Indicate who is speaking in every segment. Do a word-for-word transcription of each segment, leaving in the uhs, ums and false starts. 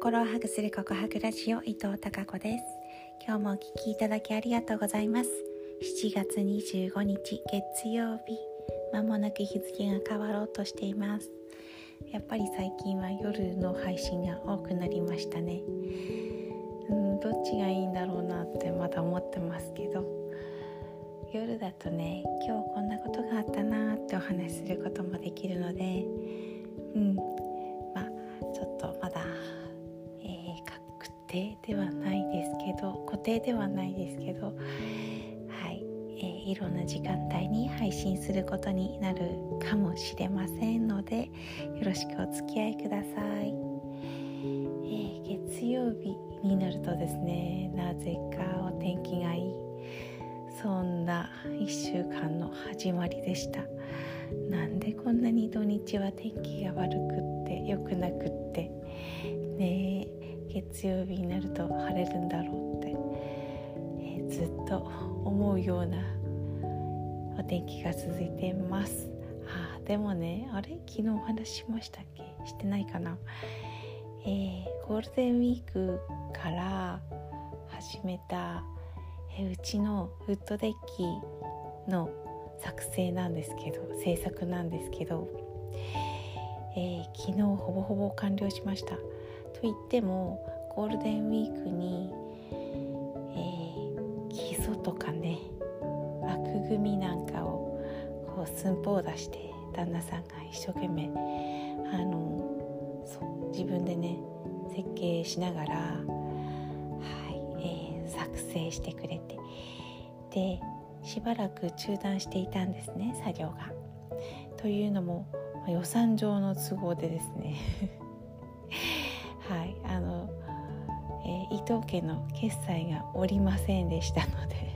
Speaker 1: 心をハグするココハグラジオ、伊藤孝子です。今日もお聞きいただきありがとうございます。しちがつにじゅうごにち月曜日、まもなく日付が変わろうとしています。やっぱり最近は夜の配信が多くなりましたね。うん、どっちがいいんだろうなってまだ思ってますけど、夜だとね、今日こんなことがあったなってお話しすることもできるので、うんまあちょっとまだ、えー、確定ではないですけど固定ではないですけどはい、えー、いろんな時間帯に配信することになるかもしれませんので、よろしくお付き合いください。えー、月曜日になるとですね、なぜかお天気がいい、そんないっしゅうかんの始まりでした。なんでこんなに土日は天気が悪くって良くなくってねえ、月曜日になると晴れるんだろうって、えー、ずっと思うようなお天気が続いています。あでもね、あれ昨日お話ししましたっけ？してないかな。えー、ゴールデンウィークから始めた、えー、うちのウッドデッキの作成なんですけど制作なんですけど、えー、昨日ほぼほぼ完了しました。と言ってもゴールデンウィークに、えー、基礎とかね枠組みなんかをこう寸法を出して旦那さんが一生懸命あのそう自分でね設計しながら、はいえー、作成してくれて、でしばらく中断していたんですね、作業が。というのも予算上の都合でですねはいあの、えー、伊藤家の決済がおりませんでしたので、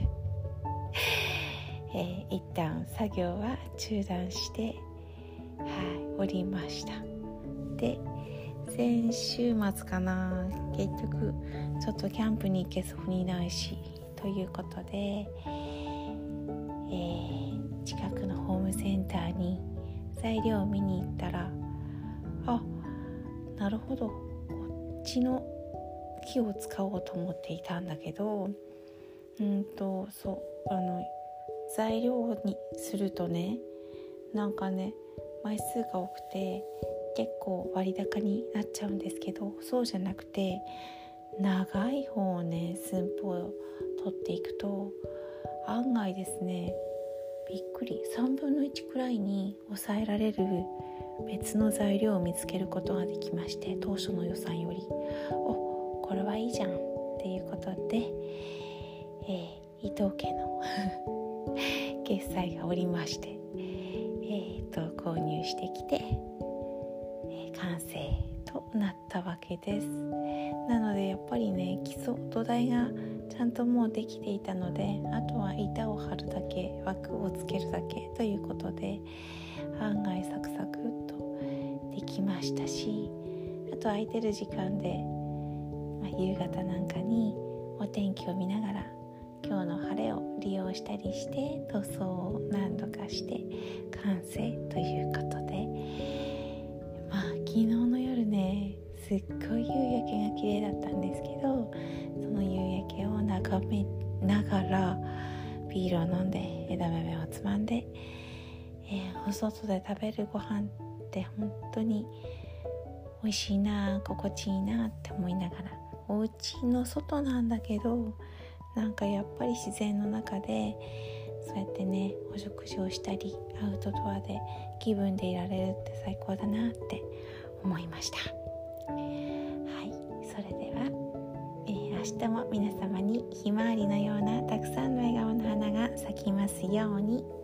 Speaker 1: えー、一旦作業は中断して、はい、おりました。で先週末かな、結局ちょっとキャンプに行けそうにないしということで、えー、近くのホームセンターに材料を見に行ったら、あ、なるほど、こっちの木を使おうと思っていたんだけど、うんとそうあの材料にするとね、なんかね枚数が多くて結構割高になっちゃうんですけど、そうじゃなくて長い方をね寸法を取っていくと案外ですね、びっくりさんぶんのいちくらいに抑えられる別の材料を見つけることができまして、当初の予算よりおこれはいいじゃんっていうことで、えー、伊藤家の決済がおりまして、えー、と購入してきて、えー、完成となったわけです。なのでやっぱりね、基礎土台がちゃんともうできていたので、あとは板を張るだけ、枠をつけるだけということで案外サクサクっとできましたし、あと空いてる時間で、まあ、夕方なんかにお天気を見ながら今日の晴れを利用したりして塗装を何度かして完成ということで、まあ昨日の夜ねすっごい夕焼けが綺麗だったんですけど、その夕焼けを眺めながらビールを飲んで枝豆をつまんで、えー、お外で食べるご飯って本当に美味しいな、心地いいなって思いながら、お家の外なんだけどなんかやっぱり自然の中でそうやってねお食事をしたりアウトドアで気分でいられるって最高だなって思いました。はい、それでは、えー、明日も皆様にひまわりのようなたくさんの笑顔の花が咲きますように。